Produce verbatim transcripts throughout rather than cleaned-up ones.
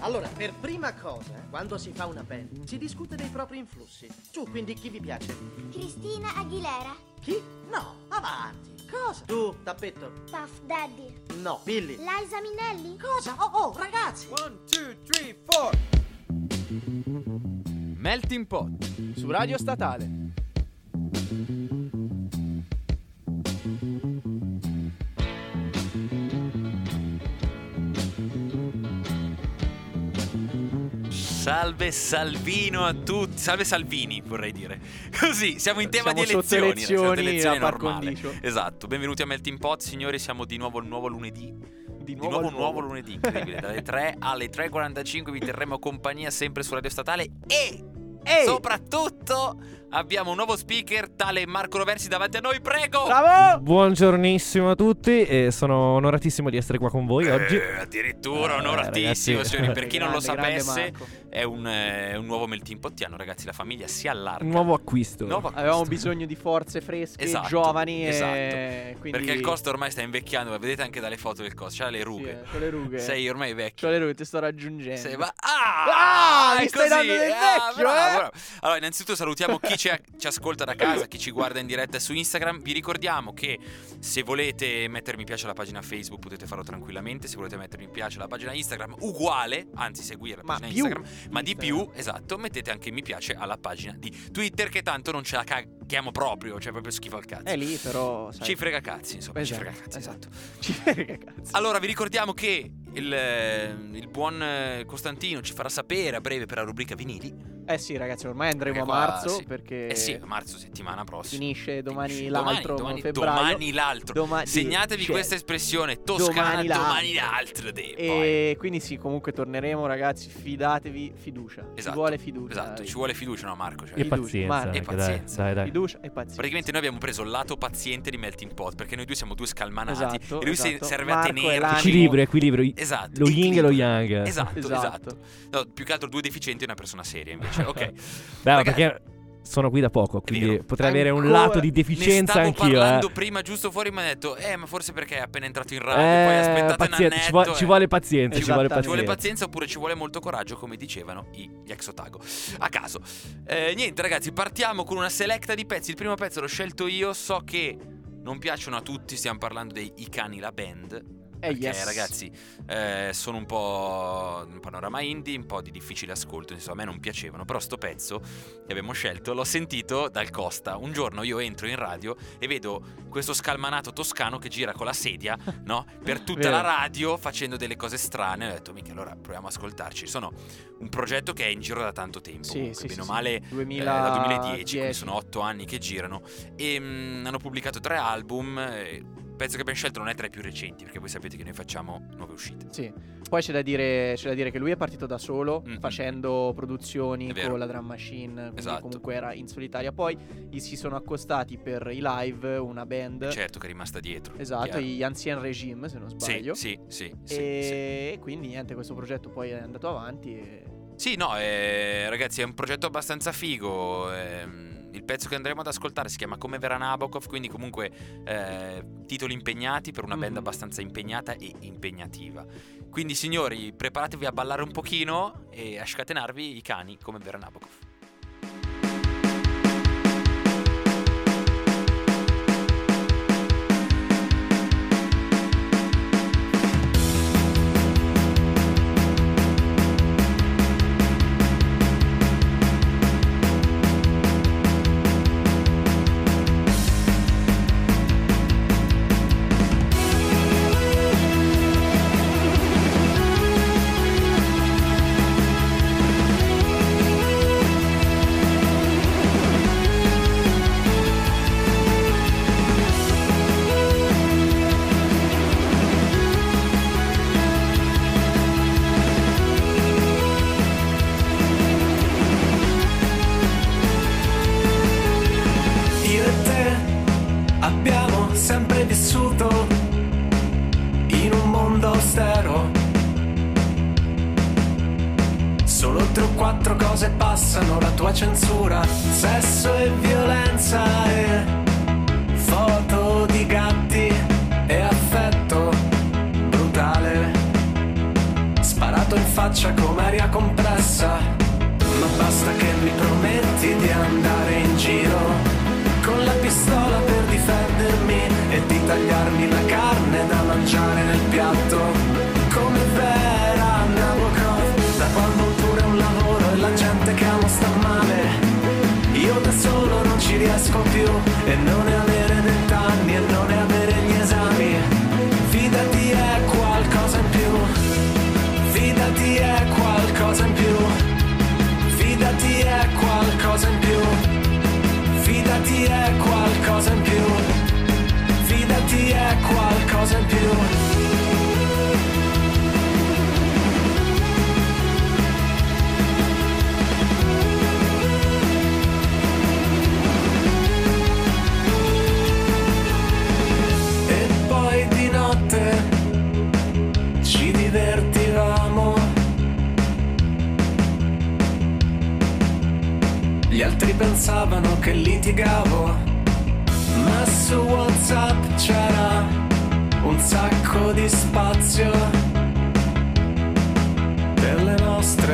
Allora, per prima cosa, quando si fa una band, si discute dei propri influssi. Su, quindi chi vi piace? Cristina Aguilera. Chi? No, avanti. Cosa? Tu, Tappetto. Puff Daddy. No, Billy. Liza Minnelli. Cosa? Oh, oh, ragazzi. One, two, three, four. Melting Pot su Radio Statale. Salve Salvino a tutti, salve Salvini vorrei dire. Così, siamo in tema Siamo di elezioni, sotto elezioni, sotto elezioni a par normale. condicio. Esatto, benvenuti a Melting Pot, signori, siamo di nuovo il nuovo lunedì. Di Di nuovo, nuovo al un nuovo lunedì, incredibile. Dalle tre alle tre e quarantacinque vi terremo compagnia sempre su Radio Statale e Ehi! soprattutto abbiamo un nuovo speaker, tale Marco Roversi davanti a noi, prego! Bravo! Buongiornissimo a tutti e sono onoratissimo di essere qua con voi oggi. Eh, addirittura Eh, onoratissimo, ragazzi. signori. Per chi non lo Grande, grande sapesse, Marco. è un, eh, un nuovo melting pottiano, ragazzi. La famiglia si allarga. Un nuovo acquisto. Nuovo acquisto. Avevamo bisogno di forze fresche, Esatto, giovani e esatto. quindi... Perché il costo ormai sta invecchiando, vedete anche dalle foto del costo, c'ha le Sì, rughe. eh, c'ho le rughe. Sei ormai vecchio. C'ho le rughe, ti sto raggiungendo. Sei, ma... Ah, Ah, è mi stai così. dando del Ah, vecchio, bravo, eh? bravo. Allora, innanzitutto salutiamo chi ci, ci ascolta da casa, chi ci guarda in diretta su Instagram. Vi ricordiamo che se volete mettere mi piace alla pagina Facebook potete farlo tranquillamente. Se volete mettere mi piace alla pagina Instagram, uguale, anzi seguire la Ma pagina più Instagram, ma di Instagram. più, esatto, mettete anche mi piace alla pagina di Twitter, che tanto non ce la caghiamo proprio, cioè proprio schifo al cazzo. È lì però, sai. Ci frega cazzi, insomma, Esatto, ci frega cazzi, esatto. Ci frega cazzo. Allora vi ricordiamo che il, eh, il buon eh, Costantino ci farà sapere a breve per la rubrica vinili. Eh sì, ragazzi, ormai andremo Perché a qua, marzo sì. perché Eh sì, a marzo settimana prossima. finisce domani Finisce. l'altro domani, febbraio. domani l'altro. Domani- Segnatevi cioè, questa espressione toscana, domani domani l'altro. l'altro. de- poi. E quindi sì, comunque torneremo, ragazzi, fidatevi, fiducia. Ci Esatto, vuole fiducia. Esatto, ci vuole fiducia, no Marco? Cioè, E Fiducia, pazienza. ma- anche, e dai, pazienza. Dai, dai. Fiducia e pazienza. praticamente noi abbiamo preso il lato paziente di Melting Pot, perché noi due siamo due scalmanati Esatto, e lui se- esatto. serve a Marco è tenerci. l'animo. Equilibrio, equilibrio. Esatto, Lo yin e lo equilibrio. yang. Esatto, esatto, Esatto. No, più che altro due deficienti e una persona seria invece. Ok. Beh, ma Ragazzi, perché sono qui da poco, quindi vero. potrei avere un Ancora- lato di ne deficienza stavo anch'io. parlando Eh. prima giusto fuori, mi ha detto eh ma forse perché è appena entrato in radio, Eh, poi aspettate pazienza, un ci, vuole, annetto, ci eh. vuole pazienza, ci vuole Esattamente. Ci vuole pazienza. pazienza oppure ci vuole molto coraggio, come dicevano i- gli ex Otago. A caso. Eh, niente ragazzi, partiamo con una selecta di pezzi. Il primo pezzo l'ho scelto io, so che non piacciono a tutti, stiamo parlando dei I Cani la band. Eh, Perché yes. ragazzi eh, sono un po' un panorama indie, un po' di difficile ascolto, insomma a me non piacevano. Però sto pezzo che abbiamo scelto l'ho sentito dal Costa. Un giorno io entro in radio e vedo questo scalmanato toscano che gira con la sedia, no? Per tutta Vero. la radio facendo delle cose strane. Ho detto mica, allora proviamo a ascoltarci. Sono un progetto che è in giro da tanto tempo, Sì, comunque, sì, bene sì, o male sì. eh, dal duemiladieci, quindi dieci. sono otto anni che girano e mm, hanno pubblicato tre album. eh, Il pezzo che abbiamo scelto non è tra i più recenti, perché voi sapete che noi facciamo nuove uscite. Sì. Poi c'è da dire, c'è da dire che lui è partito da solo, Mm, facendo produzioni È vero. con la drum machine, quindi Esatto. comunque era in solitaria. Poi gli si sono accostati per i live una band. Certo che è rimasta dietro. Esatto, chiaro. gli Ancien Regime, se non Sì, sbaglio. sì, sì, sì, sì. E quindi niente, questo progetto poi è andato avanti e... Sì, no, eh, ragazzi, è un progetto abbastanza figo. ehm, il pezzo che andremo ad ascoltare si chiama Come verrà Nabokov, quindi comunque eh, titoli impegnati per una band Mhm. abbastanza impegnata e impegnativa. Quindi signori, preparatevi a ballare un pochino e a scatenarvi i cani come verrà Nabokov. Io e te abbiamo sempre vissuto in un mondo austero. Solo tre o quattro cose passano la tua censura: sesso e violenza e foto di gatti e affetto brutale sparato in faccia faccia come aria compressa, ma basta che mi prometti di andare in giro con la pistola per difendermi e di tagliarmi la carne da mangiare nel piatto, come Vera Nabokov. Da quando un tour è un lavoro e la gente che amo sta male, io da solo non ci riesco più, e non è avere vent'anni e non è avere gli esami. Fidati è qualcosa in più, fidati è qualcosa in più, fidati è qualcosa in più, fidati è qualcosa in più, fidati è qualcosa in più. Divertivamo, gli altri pensavano che litigavo, ma su WhatsApp c'era un sacco di spazio per le nostre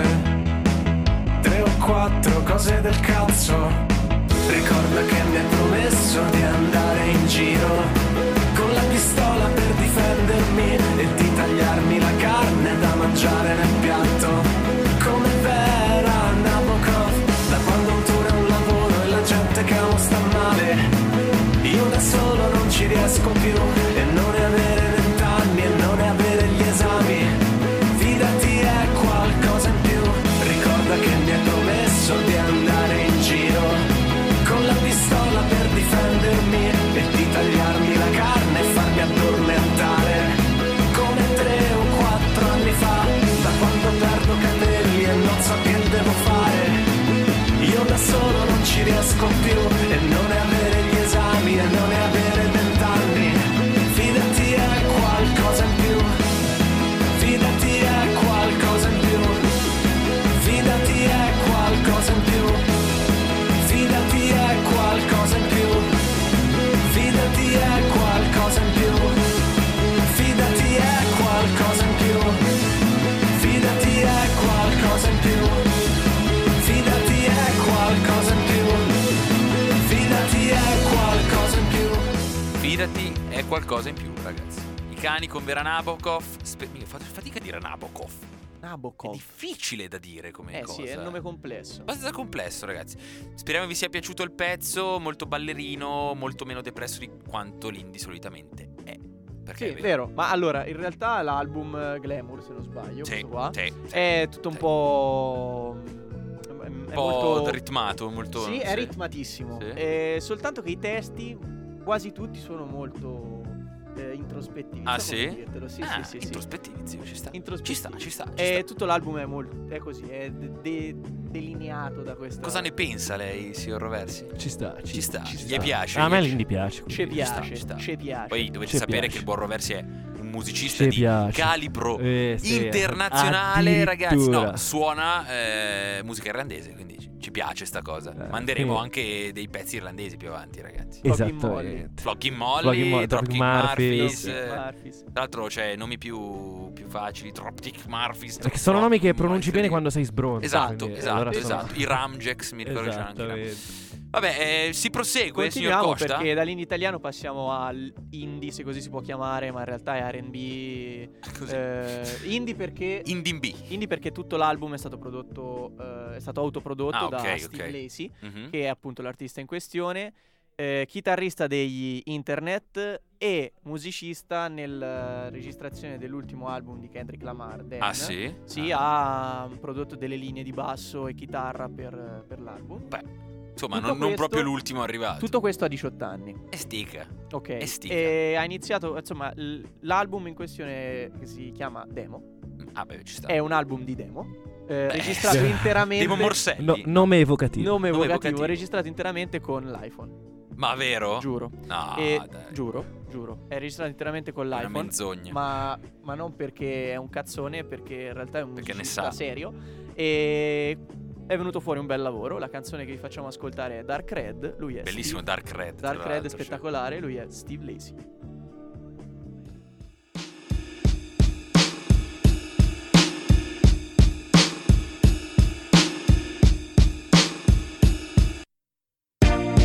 tre o quattro cose del cazzo. Ricorda che mi hai promesso di andare in giro con la pistola per difendermi e di tagliarmi la carne da mangiare nel piatto, come Vera Nabokov. Da quando un tour è un lavoro e la gente che amo sta male, io da solo non ci riesco più, e non è avere vent'anni e non è avere gli esami. Fidati è qualcosa in più, ricorda che mi hai promesso di andare in giro con la pistola per difendermi e di tagliarmi la carne e farmi addormentare, come tre o quattro anni fa. Da quando perdo capelli e non so che devo fare, io da solo non ci riesco più, e non è avere gli esami e non è avere vent'anni. Fidati è qualcosa in più, fidati è qualcosa in più, fidati è qualcosa in più, fidati è qualcosa in più, fidati è qualcosa in più, fidati è qualcosa in più, fidati è qualcosa in più, fidati è qualcosa in più, fidati è qualcosa in più. Fidati è qualcosa in più, ragazzi. I cani con Vera Nabokov. Spe- Mica, faccio fatica a dire Nabokov. È Nabokov. difficile da dire come Eh cosa. sì, è un nome complesso. Abbastanza complesso, ragazzi. Speriamo vi sia piaciuto il pezzo. Molto ballerino, molto meno depresso di quanto l'indie solitamente è. Perché Sì, è vero. Ma allora, in realtà l'album eh, Glamour, se non sbaglio, Sì, questo qua, sì, sì. è tutto un Sì. po'... È un è po' molto... ritmato, molto. Sì, è ritmatissimo. Sì. Eh, soltanto che i testi, quasi tutti, sono molto eh, introspettivi. Ah, Non so come sì? dirtelo. Sì, Ah, sì, sì, sì. introspettivi, zio, ci sta. Introspettivi. Ci sta, ci sta. Ci E sta. tutto l'album è molto... è così, è de- de- delineato da questa... Cosa ne pensa lei, signor Roversi? Ci sta, Ci sta, ci gli sta. piace. A gli me piace. l'indie piace. Ci quindi. piace, ci sta. ci piace. Poi dovete Ci sapere piace. che il buon Roversi è un musicista Ci di piace. calibro Eh, sì, internazionale, ragazzi. No, addirittura. suona eh, musica irlandese, quindi ci- ci piace sta cosa. Eh, Manderemo sì. anche dei pezzi irlandesi più avanti, ragazzi. Esattamente. Flogging Molly, Flogging Molly, Dropkick Dropkick Murphys. Murphys. eh, Murphys. Tra l'altro c'è nomi più, più facili, Dropkick Murphys. Perché sono nomi che Flogging pronunci Molly, bene quando sei sbronzo. Esatto, quindi, esatto, allora sono- esatto. I Ramjex, mi ricordo c'era anche i Ramjex. Esattamente. Vabbè, eh, si prosegue, signor Continuiamo Costa. perché dall'indie italiano passiamo all'indie, se così si può chiamare, ma in realtà è R and B. Così. Eh, indie perché Indie B. indie perché tutto l'album è stato prodotto eh, è stato autoprodotto Ah, da ok, Steve ok. Lacy, Mhm. che è appunto l'artista in questione, eh, chitarrista degli Internet e musicista nella registrazione dell'ultimo album di Kendrick Lamar, Dan. Ah, sì? Sì, Ah. ha prodotto delle linee di basso e chitarra per, per l'album. Beh, insomma, Tutto non, non questo- proprio l'ultimo arrivato. Tutto questo a diciotto anni. E stica. Ok. E stica. E ha iniziato, insomma, l- l'album in questione, che si chiama Demo, Ah, beh, ci sta. è un album di demo, eh, Beh, registrato sì. interamente. Demo Morselli. No, nome evocativo. Nome Nome evocativo, evocativo. registrato interamente con l'iPhone. Ma vero? Giuro. No, e dai. giuro, giuro. È registrato interamente con Una l'iPhone. menzogna. Ma, ma non perché è un cazzone, perché in realtà è un Perché ne musicista sa. serio. E è venuto fuori un bel lavoro. La canzone che vi facciamo ascoltare è Dark Red. Lui è Bellissimo Steve- Dark Red. tra Dark Red è l'altro, cioè. spettacolare. Lui è Steve Lacy.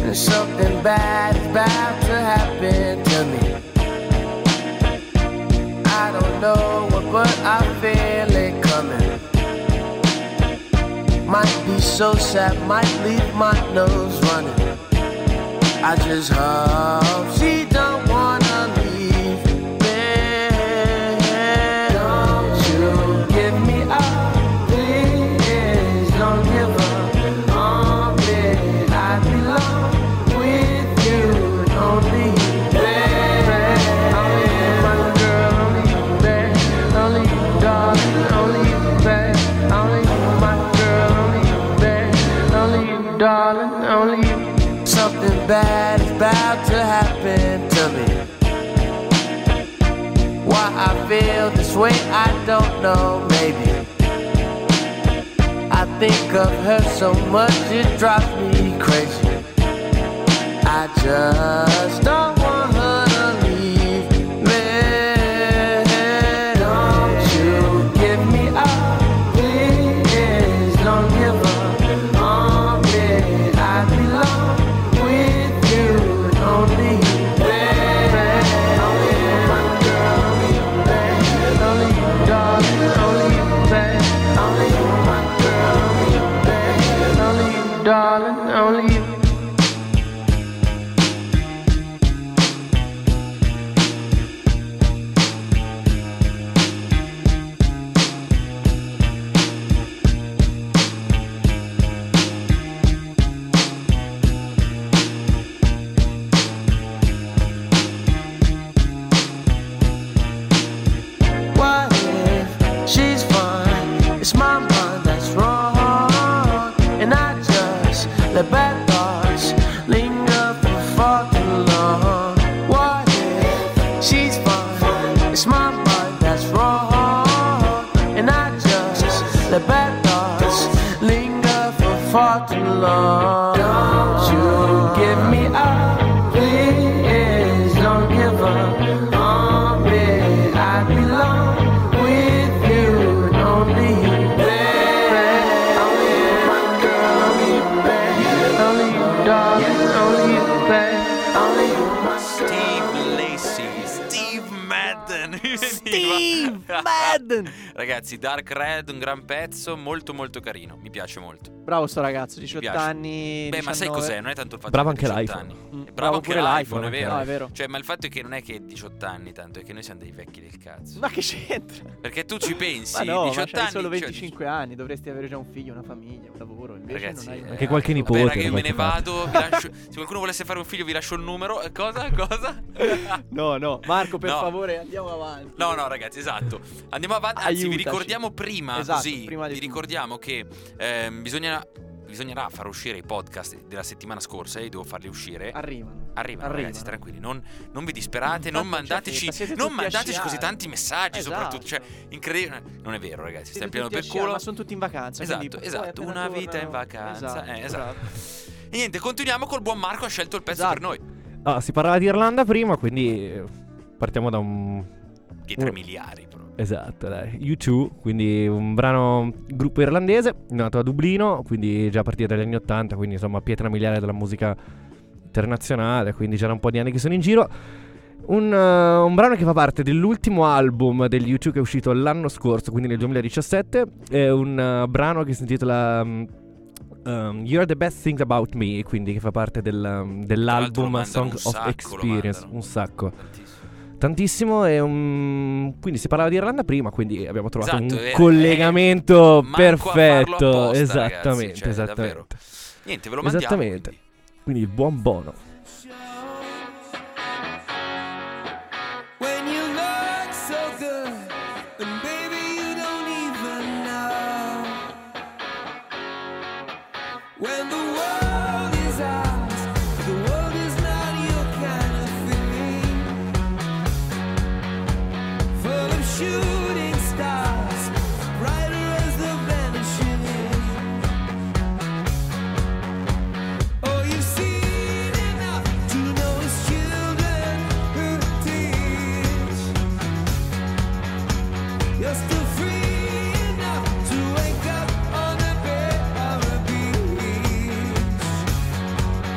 Something bad is about to happen to me. I don't know what, but I feel it coming. Might be so sad, might leave my nose running. I just hope she don't wanna leave me. Don't you give me up, please. Don't give up on me. I belong with you, only you, baby. Only you, my girl, only you, baby. Only you, darling, only you, baby. Only you, my girl, only you, baby. Only you, darling, only you. Something bad is about to happen to me. Why I feel this way, I don't know, maybe I think of her so much, it drives me crazy. I just don't want her to leave me. Don't you give me up, please. Don't give up on me. I belong with you, only you, baby. Only you, my girl, only you, baby. Only you, darling, only you, baby. Only you, my girl, only you, baby. Only you, darling, only you. What if she's fine? It's my mind that's wrong, and I just let bad thoughts linger for far too long. What if she's fine? It's my mind that's wrong, and I just let bad thoughts linger for far too long. Don't you give me up, please. Don't give up on me. I belong with you, only you, baby. Only you, my girl, only you, baby. Only you, darling, only you, baby. Only you, my Steve Lacy, Steve Madden. Steve Madden. Ragazzi, Dark Red, un gran pezzo, molto molto carino, mi piace molto. Bravo sto ragazzo, diciotto piace. anni. Beh, ma sai diciannove. cos'è? Non è tanto il fatto Bravo che anche diciotto l'iPhone. anni. Mm, È bravo bravo anche pure l'iPhone, è l'iPhone, vero. no, è vero. Cioè, ma il fatto è che non è che diciotto anni, tanto è che noi siamo dei vecchi del cazzo. Ma che c'entra? Perché tu ci pensi, Ma no, diciotto ma c'hai anni, solo cioè, venticinque anni, dovresti avere già un figlio, una famiglia, un lavoro, invece Ragazzi, non hai eh, Anche qualche Vabbè, nipote. raga, io da me ne qualche parte. vado, vi lascio- se qualcuno volesse fare un figlio vi lascio il numero. Eh, Cosa? Cosa? No, no, Marco, per No. favore, andiamo avanti. No, no, ragazzi, esatto. Andiamo avanti. Anzi, vi Aiutaci. ricordiamo prima, Esatto, così, prima di vi tutto. ricordiamo che ehm, bisogna, bisognerà far uscire i podcast della settimana scorsa. Io devo farli uscire. Arrivano. Arrivano, Arrivano. ragazzi, tranquilli. Non, non vi disperate, non Infatti non c'è mandateci, fretta, siete non tutti mandateci a così sciare. tanti messaggi, Esatto. soprattutto. Cioè, incredibile. Non è vero, ragazzi. Siete Stiamo piano tutti per a sciare, culo. ma sono tutti in vacanza. Esatto, quindi poi esatto, appena una vita in tornano- vacanza. Esatto, Eh, esatto. esatto. E niente, continuiamo col buon Marco. Ha scelto il pezzo Esatto. per noi. Ah, si parlava di Irlanda prima, quindi eh, partiamo da un... Che tre Uh. miliardi, proprio. Esatto, dai. U due, quindi un brano gruppo irlandese, nato a Dublino, quindi già a partire dagli anni ottanta, quindi insomma pietra miliare della musica internazionale, quindi già da un po' di anni che sono in giro. Un, uh, un brano che fa parte dell'ultimo album degli U due che è uscito l'anno scorso, quindi nel duemiladiciassette. È un uh, brano che si intitola um, um, You're the Best Thing About Me, quindi che fa parte del, um, Tra l'altro lo dell'album mandano Song un of sacco, lo Experience, mandano. un sacco. Tantissimo. Tantissimo e um, quindi si parlava di Irlanda prima, quindi abbiamo trovato Esatto, un eh, collegamento eh, manco a farlo perfetto. apposta, Esattamente, ragazzi, cioè, esattamente. davvero. Niente, ve lo mandiamo. Esattamente. quindi. Quindi buon Bono. When you look so good, and baby you don't even know. When the world is ours, the world is not your kind of thing. Full of shooting stars, brighter as the vanishing in. Oh, you've seen enough to notice children who teach. You're still free enough to wake up on a bed or a beach.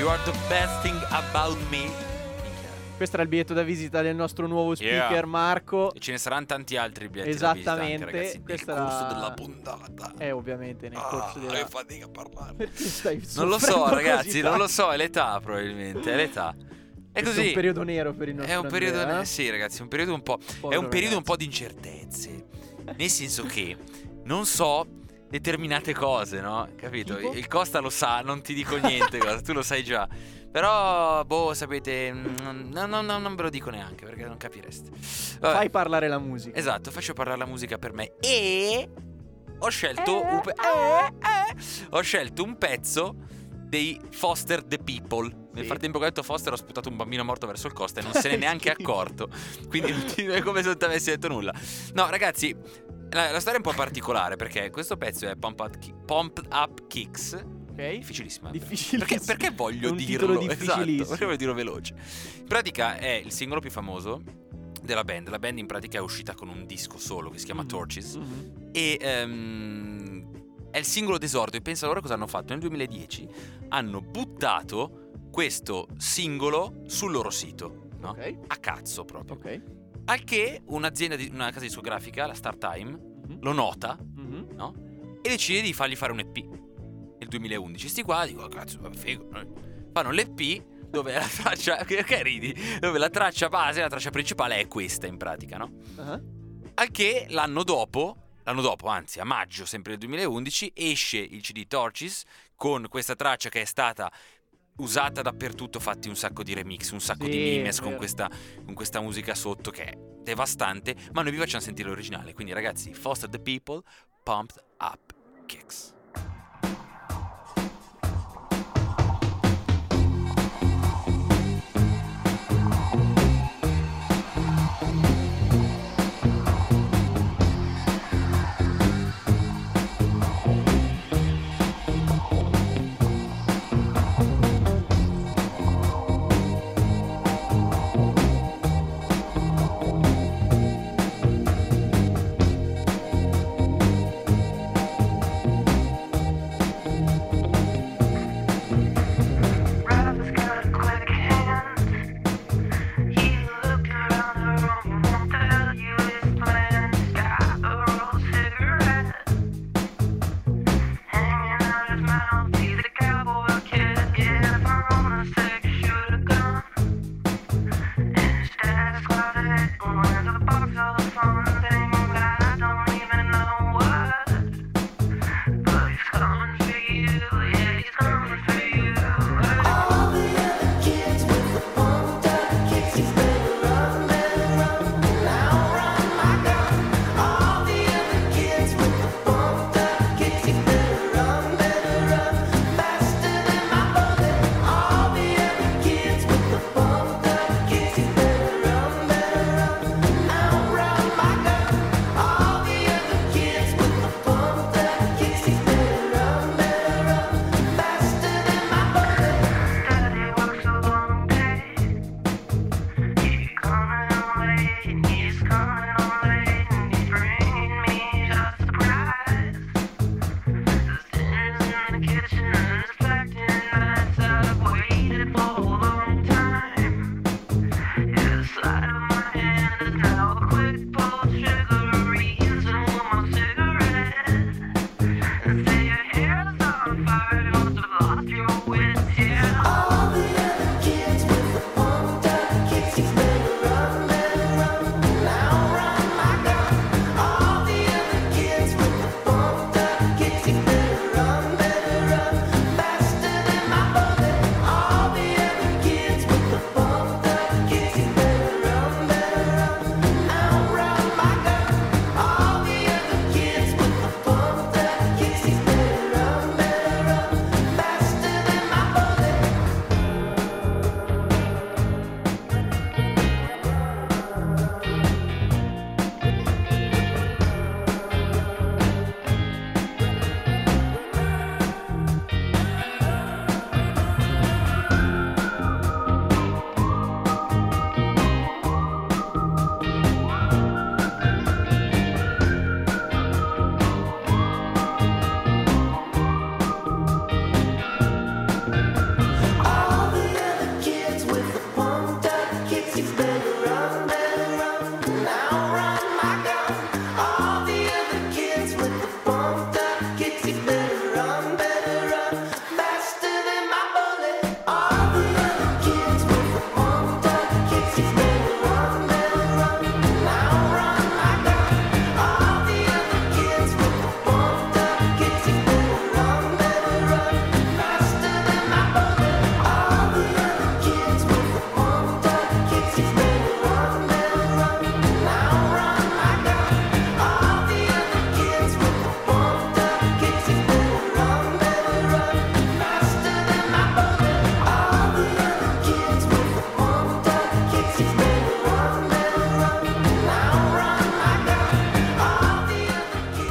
You are the best thing about me. Questo era il biglietto da visita del nostro nuovo speaker, Yeah. Marco. E ce ne saranno tanti altri biglietti Esattamente, da visita anche, ragazzi, nel questa corso era- della puntata. Eh, ovviamente nel Ah, corso della... che fatica a parlare. Perché stai Non lo so, soffrendo ragazzi, così non lo tanto? so, è l'età probabilmente, è l'età. È Questo così. È un periodo nero per il nostro È un periodo, Andrea, eh, sì, ragazzi, un periodo un po'. Povero è un periodo un ragazzo. po' di incertezze. Nel senso che non so determinate cose, no? Capito? Tipo? Il Costa lo sa, non ti dico niente, cosa, tu lo sai già. Però, boh, sapete, mm, no, no, no, non ve lo dico neanche perché non capireste. Vabbè. Fai parlare la musica. Esatto, faccio parlare la musica per me. E ho scelto Eh, un pe- eh, eh. Ho scelto un pezzo dei Foster the People. Nel Sì. frattempo che ho detto Foster, ho sputato un bambino morto verso il Costa e non se n'è neanche accorto. Quindi non ti- è come se non ti avessi detto nulla. No, ragazzi, la, la storia è un po' particolare perché questo pezzo è Pump Up, Ki- Pumped Up Kicks. Ok. Difficilissimo. Difficilissimo. Perché, perché voglio È un dirlo? titolo Esatto, difficilissimo. perché voglio dirlo veloce. In pratica è il singolo più famoso della band. La band in pratica è uscita con un disco solo che si chiama Mhm. Torches. Mhm. E ehm, è il singolo d'esordio. E pensa loro cosa hanno fatto. Nel duemiladieci hanno buttato questo singolo sul loro sito, no? Ok. A cazzo proprio. Ok. Al che un'azienda, di, una casa discografica, la Star Time, Mhm. lo nota, Mhm. no? E decide di fargli fare un E P. Nel duemilaundici. Sti qua dico, cazzo, ma figo. no? Fanno l'E P dove la traccia, che, che ridi? Dove la traccia base, la traccia principale è questa in pratica, no? Ah. Al che l'anno dopo, l'anno dopo, anzi a maggio sempre del duemilaundici, esce il C D Torches con questa traccia che è stata usata dappertutto, fatti un sacco di remix, un sacco Sì, di memes è con vero. questa, con questa musica sotto che è devastante, ma noi vi facciamo sentire l'originale. Quindi ragazzi, Foster the People, Pumped Up Kicks.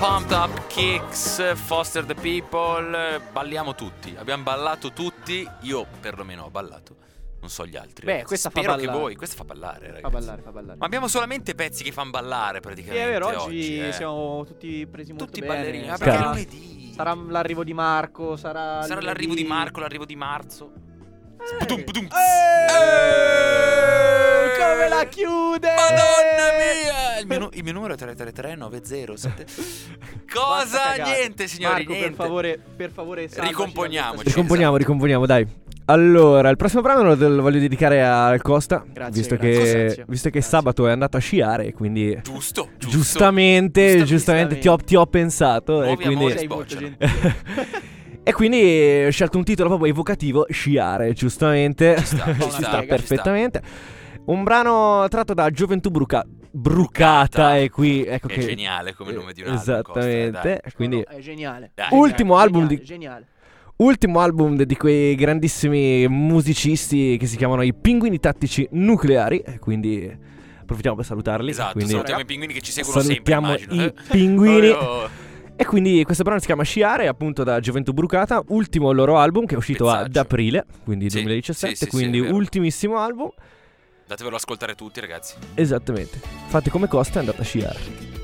Pumped Up Kicks, Foster the People. Balliamo tutti, abbiamo ballato tutti. Io perlomeno ho ballato, non so gli altri. Beh, questa Spero fa ballare. che voi, questa fa ballare, ragazzi. Fa ballare, fa ballare. Ma abbiamo solamente pezzi che fanno ballare Sì, praticamente. è vero, oggi, oggi eh. siamo tutti presi molto tutti bene. ballerini. Ma Sarà- perché è lunedì? Sarà l'arrivo di Marco, sarà Sarà lunedì. l'arrivo di Marco, l'arrivo di marzo. Eh. Putum, putum. Eh, Eh. come la chiude! Madonna mia! Il mio, nu- il mio numero è tre tre tre nove zero sette. Cosa? Basta cagate. Niente, signori, Marco, niente. per favore, per favore, salvaci Ricomponiamoci. da questa Ricomponiamo, ricomponiamo, dai. Allora, il prossimo brano lo, lo voglio dedicare al Costa. Grazie, visto grazie. che, Grazie. visto che Grazie. sabato è andato a sciare, quindi Giusto, giusto. giustamente, Giustamente. giustamente ti ho, ti ho pensato. E Nuovi quindi, amori Sei molto sbocciano. gentile. e quindi ho scelto un titolo proprio evocativo, Sciare, giustamente. Ci sta, Ci ci sta sta, ci perfettamente. Un brano tratto da Gioventù Bruca- Brucata, Brucata. e qui ecco È che geniale come nome di un album, esattamente. Costa, eh, dai. Quindi No, è geniale. Dai. Ultimo Geniale, album geniale, di- geniale. ultimo album di quei grandissimi musicisti che si chiamano i Pinguini Tattici Nucleari, e quindi approfittiamo per salutarli. Esatto, quindi salutiamo i pinguini che ci seguono salutiamo sempre, immagino. i eh. pinguini. Oh, oh. E quindi questo brano si chiama Sciare, appunto da Gioventù Brucata, ultimo loro album che è uscito Pezzaccio. ad aprile, quindi Sì, duemiladiciassette, sì, sì, sì, quindi è vero. ultimissimo album. Datevelo ascoltare tutti, ragazzi. Esattamente. Fate come Costa e andate a sciare.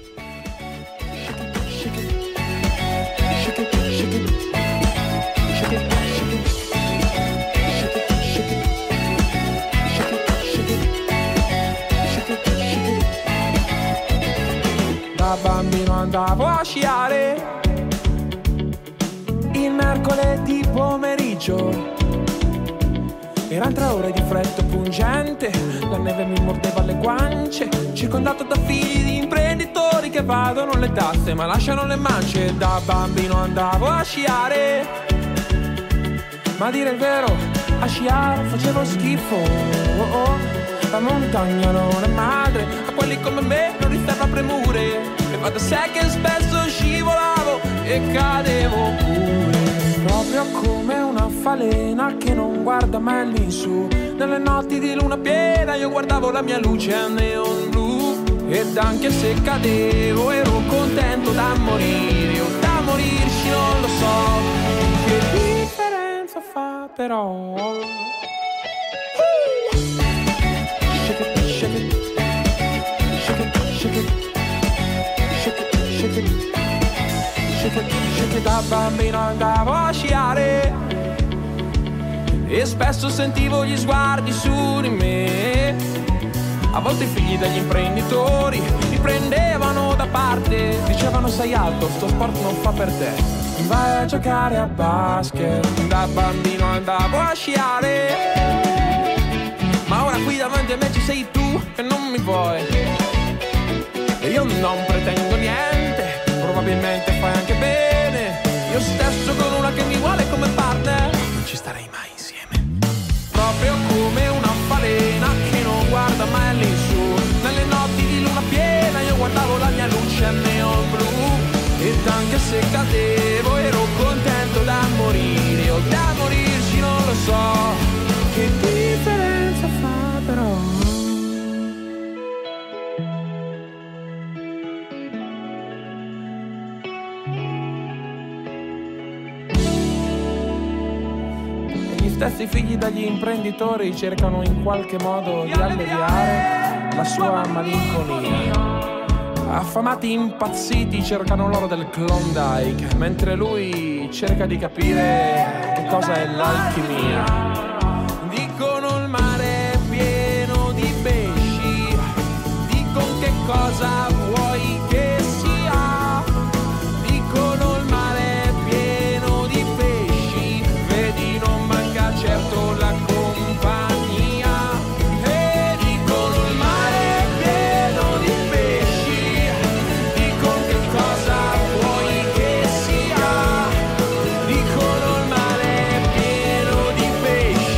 Da bambino andavo a sciare il mercoledì pomeriggio. Erano tre ore di freddo pungente, la neve mi mordeva le guance, circondato da figli di imprenditori che vadono le tasse ma lasciano le mance. Da bambino andavo a sciare, ma a dire il vero, a sciare facevo schifo. Oh, oh. La montagna non è madre, a quelli come me non riserva premure, e va da sé che spesso scivolavo e cadevo pure. Proprio come una falena che non guarda mai all'insù. Nelle notti di luna piena io guardavo la mia luce a neon blu, ed anche se cadevo ero contento da morire, o da morirci non lo so. Che differenza fa però? Shake it, shake it, shake it, shake it, shake it, shake it, shake it, shake it. Da bambino andavo a sciare e spesso sentivo gli sguardi su di me. A volte i figli degli imprenditori mi prendevano da parte, dicevano sei alto, sto sport non fa per te, vai a giocare a basket. Da bambino andavo a sciare, ma ora qui davanti a me ci sei tu che non mi vuoi, e io non pretendo niente, probabilmente fai anche bene. Io stesso con una che mi vuole come partner non ci starei mai insieme. Proprio come una falena che non guarda mai all'insù. Nelle notti di luna piena io guardavo la mia luce a neon blu, ed anche se cadevo ero contento da morire, o da morirci non lo so. Che differenza fa però? Gli stessi figli degli imprenditori cercano in qualche modo di alleviare la sua malinconia. Affamati impazziti cercano l'oro del Klondike, mentre lui cerca di capire che cosa è l'alchimia. Dicono il mare è pieno di pesci, dicono che cosa vuoi che sia. Dicono il mare è pieno di pesci, vedi non manca certo la compagnia. E dicono il mare è pieno di pesci, dicono che cosa vuoi che sia. Dicono il mare è pieno di pesci.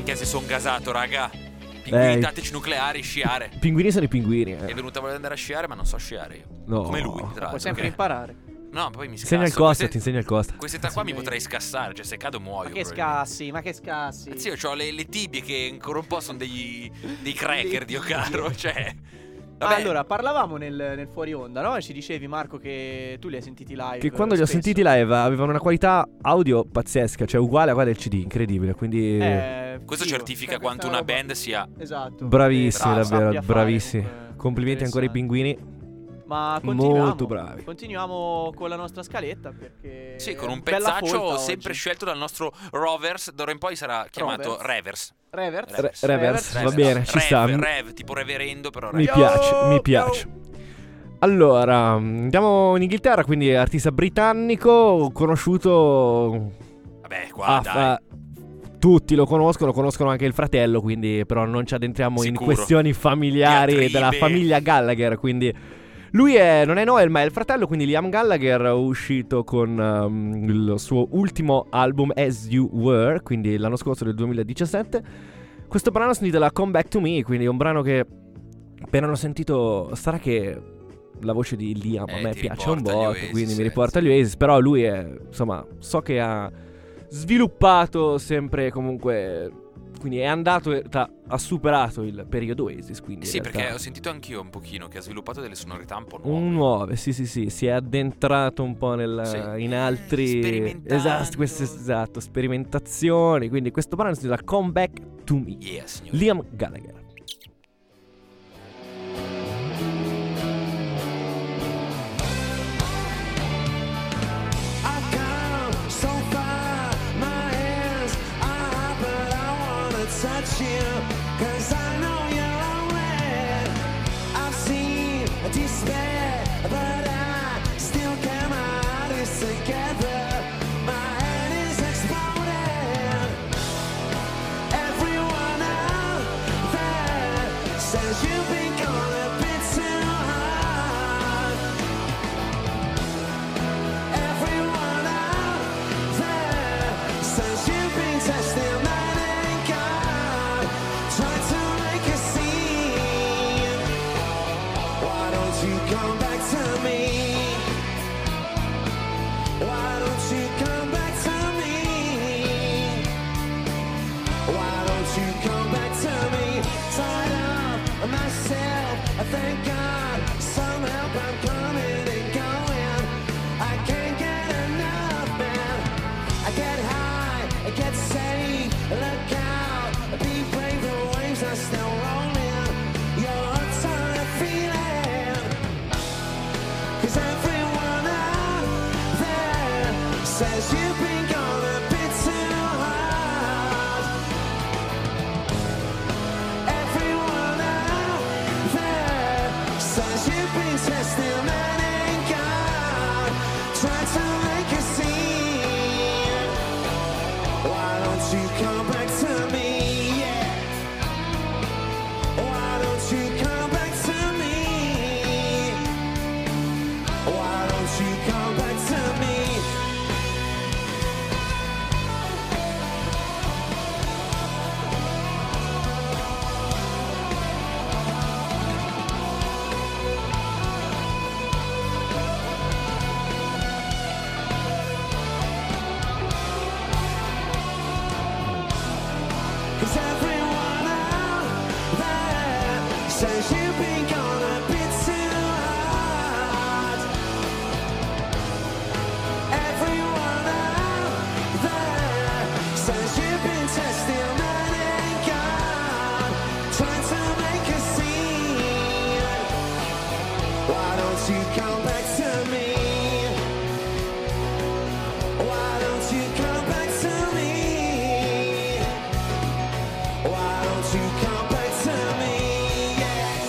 Minchia, se son gasato, raga. Pinguini Eh, tattici nucleari, sciare. I pinguini sono i pinguini. È Eh. venuta a voler andare a sciare, ma non so sciare io. No. Come lui, tra Puoi l'altro. sempre che- imparare. No, poi mi Insegna il scasso. Costa, Queste- ti insegna il Costa. Quest'età qua Sì, mi ma- potrei scassare, cioè se cado muoio. Ma che probabilmente. scassi, ma che scassi. Sì, io ho le, le tibie che ancora un po' sono degli, dei cracker, Le Dio tibie. caro. Cioè, Ah, vabbè, allora, parlavamo nel, nel fuori onda, no? E ci dicevi, Marco, che tu li hai sentiti live. Che quando li ho spesso. sentiti live avevano una qualità audio pazzesca, cioè uguale a quella del C D, incredibile. Quindi Eh, questo figo. certifica Cioè, quanto questa una roba- band sia. Esatto. bravissimi, Eh, davvero, sappia fare, bravissimi. comunque, Complimenti ancora ai interessante. pinguini. Ma continuiamo. Molto bravi. Continuiamo con la nostra scaletta perché Sì, con un bella pezzaccio folta sempre oggi. scelto dal nostro Rovers. D'ora in poi sarà chiamato Rovers. Reverse. Reverse. Re- reverse, va Reverse. bene, ci Rev, sta. Rev, tipo reverendo, però Mi Rev. piace, mi Yo, piace. Allora, andiamo in Inghilterra, quindi artista britannico conosciuto. Vabbè, qua Ah, dai. fa- tutti lo conoscono, conoscono anche il fratello, quindi però non ci addentriamo in Sicuro. questioni familiari Diatribe. della famiglia Gallagher, quindi lui è, non è Noel ma è il fratello, quindi Liam Gallagher è uscito con um, il suo ultimo album As You Were, quindi l'anno scorso del duemiladiciassette. Questo brano si intitola Come Back to Me, quindi è un brano che appena l'ho sentito, sarà che la voce di Liam a Eh, me ti piace un riporta agli botto, Oasis, quindi sì, mi riporta sì. agli Oasis, però lui è, insomma, so che ha sviluppato sempre comunque, quindi è andato, tra- ha superato il periodo Oasis, quindi Sì, in perché realtà ho sentito anch'io un pochino che ha sviluppato delle sonorità un po' nuove. un nuove, sì sì sì, si è addentrato un po' nel, Sì. in altri Sperimentando. esatto, queste, esatto, sperimentazioni, quindi questo brano si intitola Come Back to Me, Yeah, signore. Liam Gallagher. I've come so far, my hands are up, but I wanna touch you, 'cause I know you're aware. I've seen despair, but I still get my heart is together. My head is exploding. Everyone out there says you've been gone a bit too hard. Everyone out there says you've been testing man and God, trying to make a scene. Why don't you come back to me? Why don't you come back to me? Why don't you come back to me? Tired of myself, I thank God, some help I'm coming and going. I can't get enough, man. I get high, I get safe, look out, be brave, the waves are still rolling. You're a ton of feeling, 'cause everyone out there says you've been gone a bit too hard. Everyone out there says you've been testing man and God, trying to make a scene. Why don't you come back to me? Yeah. Why don't you come back to me? Why don't you come back to me? Cause everyone out there says you've been gone a bit too hard. Everyone out there says you've been testing man and God, trying to make a scene. Why don't you come back to me? Why don't you come back to me? Why don't you come back to me? Yes.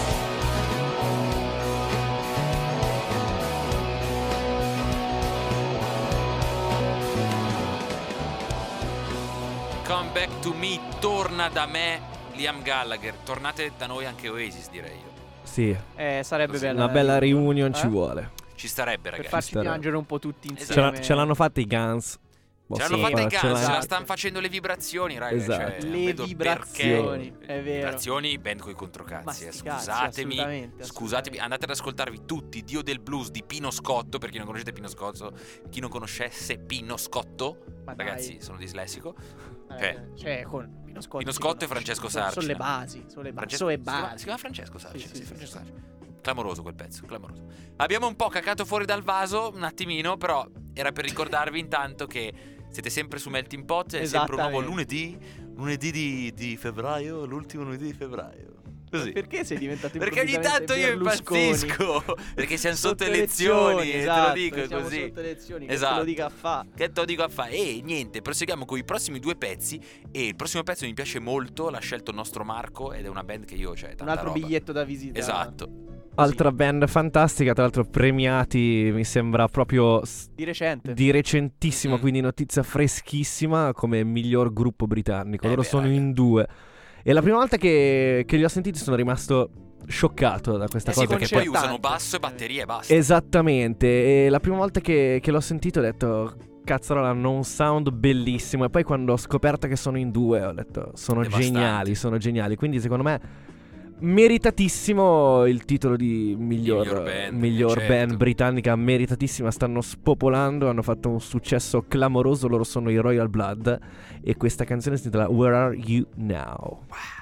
Come back to me, torna da me Liam Gallagher. Tornate da noi anche Oasis, direi io. Sì, Eh, sarebbe Così, bella una bella reunion, reunion eh? ci vuole. Ci starebbe, Per ragazzi. farci Starà. piangere un po' tutti Esatto. Ce, insieme. la- ce l'hanno fatta i Guns. Boh, Ce l'hanno sì, fatta in farcela- casa, se la Esatto. stanno facendo le vibrazioni, raga. Esatto. Cioè, non Le vedo vibrazioni, perché. è vero. Vibrazioni, band coi controcazzi. Ma eh. sti cazzi, Scusatemi, assolutamente, scusatemi, assolutamente. andate ad ascoltarvi tutti Dio del blues di Pino Scotto. Per chi non conoscete Pino Scotto, chi non conoscesse Pino Scotto, Ma dai. ragazzi, sono dislessico. Eh, cioè, con Pino Scotto, Pino si Scotto e conosce. Francesco Sono- Sono le Sarcina. basi, sono le basi. Francesco- Sono le si chiama- basi. Si chiama Francesco Sarcina. Sì, Sì, sì, Francesco sì, Sarcina. Clamoroso quel pezzo, clamoroso. Abbiamo un po' cacato fuori dal vaso, un attimino, però era per ricordarvi intanto che siete sempre su Melting Pot, è sempre un nuovo Esattamente. lunedì, lunedì di, di febbraio, l'ultimo lunedì di febbraio. Così. Perché sei diventato Perché ogni tanto io Berlusconi? impazzisco. Perché siamo sotto, Sotto elezioni, e esatto, te lo dico siamo così. sotto elezioni, Esatto. che te lo dica a fa. Che te lo dico a fare? E niente, proseguiamo con i prossimi due pezzi. E il prossimo pezzo mi piace molto, l'ha scelto il nostro Marco ed è una band che io, cioè, tanta Un altro roba. biglietto da visita. Esatto. Altra band fantastica, tra l'altro premiati, mi sembra proprio s- Di recente. di recentissimo, Mhm. quindi notizia freschissima come miglior gruppo britannico. Eh Loro beh, sono raga. in due. E la prima volta che, che li ho sentiti sono rimasto scioccato da questa Eh sì, cosa. perché Che poi poi... usano Concertante. basso e batteria e basta. Esattamente. E la prima volta che, che l'ho sentito ho detto, cazzarola, hanno un sound bellissimo. E poi quando ho scoperto che sono in due ho detto, sono Devastanti. geniali, sono geniali. Quindi secondo me meritatissimo il titolo di miglior, Miglior band, miglior certo. band britannica, meritatissima, stanno spopolando, hanno fatto un successo clamoroso, loro sono i Royal Blood e questa canzone si intitola Where Are You Now?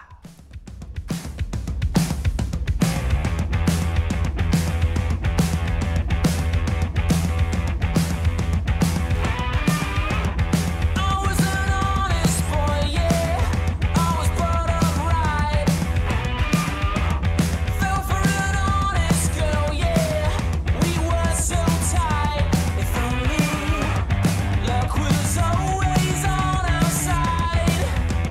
I was an honest boy, yeah. I was brought up right. Fell for an honest girl, yeah. We were so tight. If only luck was always on our side.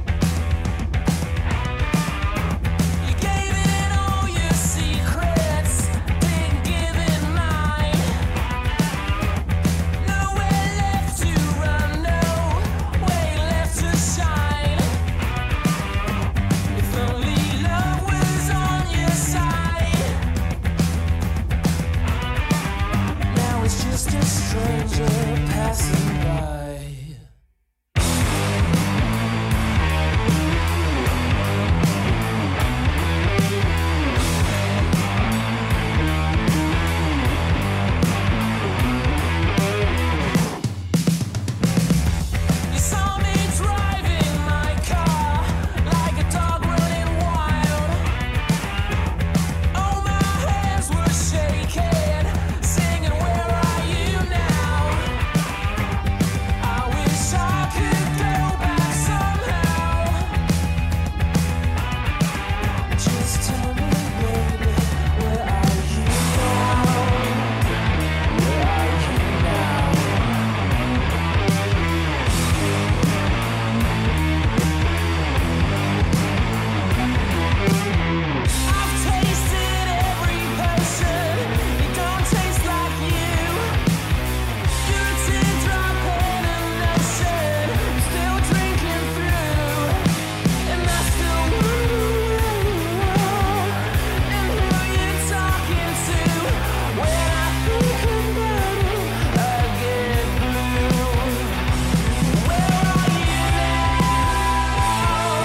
You gave in all your secrets, didn't give in mine. Nowhere left to run, no way left to shine. If only love was on your side. Now it's just a stranger passing by. You saw me driving my car like a dog running wild. Oh, my hands were shaking, singing, "Where are you now?" I wish I could go back somehow. Just tell me, baby, where are you now? Where are you now? I've tasted every person, it don't taste like you. You're a teardrop in an ocean, still drinking through, and I still wonder and who you're talking to. When I think about it, I get blue. Where are you now?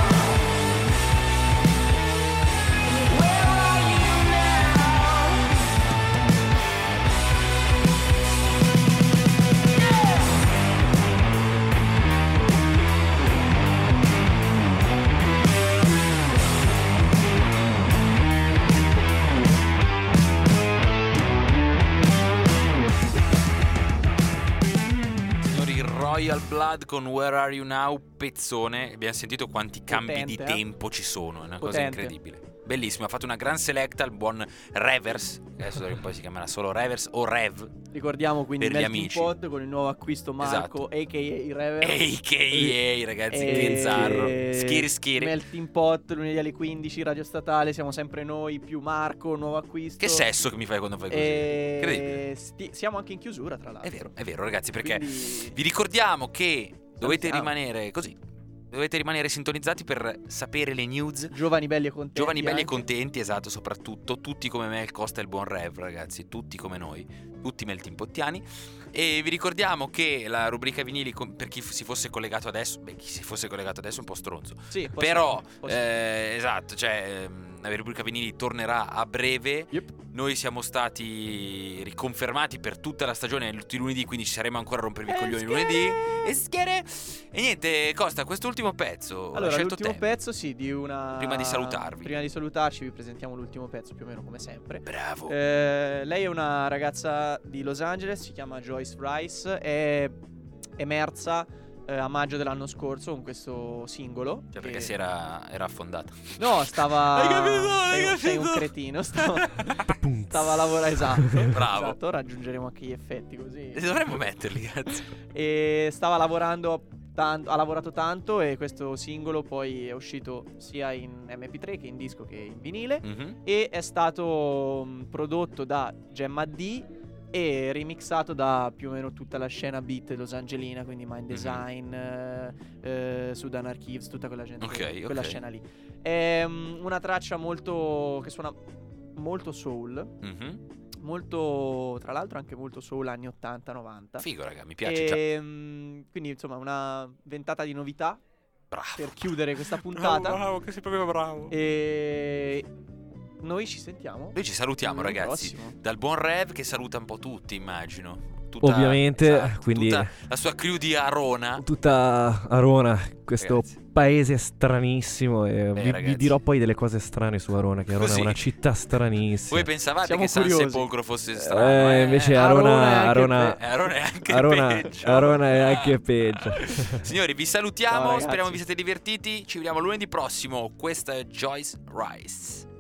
Where are you now? Signori, Royal Blood con Where Are You Now, pezzone. Abbiamo sentito quanti cambi di Potente, eh? tempo ci sono, è una cosa Potente. incredibile. Bellissimo, ha fatto una gran selecta il buon Revers. Adesso un po' si chiamerà solo Revers o Rev, Ricordiamo quindi Per gli Melting amici. Pot con il nuovo acquisto Marco, a k a. Rever. A K A ragazzi, E- che zarro. Schiri schiri. Melting Pot lunedì alle quindici, Radio Statale, siamo sempre noi più Marco, nuovo acquisto. Che sesso che mi fai quando fai così? E... Incredibile. sti- siamo anche in chiusura tra l'altro. È vero, è vero ragazzi, perché Quindi- vi ricordiamo che dovete Salutiamo. rimanere così. Dovete rimanere sintonizzati per sapere le news. Giovani belli e contenti. Giovani belli e anche. contenti, esatto, soprattutto. Tutti come me, il Costa e il buon Rev, ragazzi. Tutti come noi. Tutti melting pottiani. E vi ricordiamo che la rubrica vinili, com- per chi f- si fosse collegato adesso, beh, chi si fosse collegato adesso è un po' stronzo. Sì, possiamo, Però, possiamo. eh, esatto, cioè, ehm, la rubrica vinili tornerà a breve. Yep. Noi siamo stati riconfermati per tutta la stagione tutti i lunedì, quindi ci saremo ancora a rompervi i Eh, coglioni schiere! lunedì. E schiere! E niente, Costa, quest'ultimo pezzo. Allora, hai scelto l'ultimo te. pezzo, sì, di una... Prima di salutarvi. Prima di salutarci vi presentiamo l'ultimo pezzo, più o meno come sempre. Bravo. Eh, lei è una ragazza di Los Angeles, si chiama Joyce Rice, è emersa eh, a maggio dell'anno scorso con questo singolo. Cioè, perché che- si era, era affondata. No, stava... Hai capito? Hai sei, un- sei un capito? cretino, stava, stava a lavorare, esatto. Bravo. Esatto, raggiungeremo anche gli effetti così. E dovremmo metterli, cazzo. E stava lavorando tanto, ha lavorato tanto e questo singolo poi è uscito sia in M P tre che in disco che in vinile Mhm. e è stato mh, prodotto da Gemma D e remixato da più o meno tutta la scena beat losangelina, quindi Mind Design, eh, eh, Sudan Archives, tutta quella gente, Ok, quella ok. scena lì. È mh, una traccia molto che suona molto soul, Mhm. molto, tra l'altro anche molto soul anni ottanta novanta. Figo, raga, mi piace già. E, mh, quindi insomma una ventata di novità Bravo. per chiudere questa puntata. Bravo, bravo, che sei proprio bravo. E noi ci sentiamo. Noi ci salutiamo, lunedì ragazzi. prossimo. Dal buon Rev che saluta un po' tutti, immagino. Tutta- Ovviamente, esatto, quindi- tutta la sua crew di Arona. Tutta Arona, questo Ragazzi. paese stranissimo. E vi, vi ragazzi. dirò poi delle cose strane su Arona. Che Arona Così. è una città stranissima. Voi pensavate Siamo che San curiosi. Sepolcro fosse strano? Eh, eh? invece Arona è Arona, anche Arona, pe- Eh, Arona è anche Arona, peggio. Arona è anche peggio. Signori, vi salutiamo. Ciao, ragazzi. Speriamo vi siate divertiti. Ci vediamo lunedì prossimo. Questa è Joyce Rice.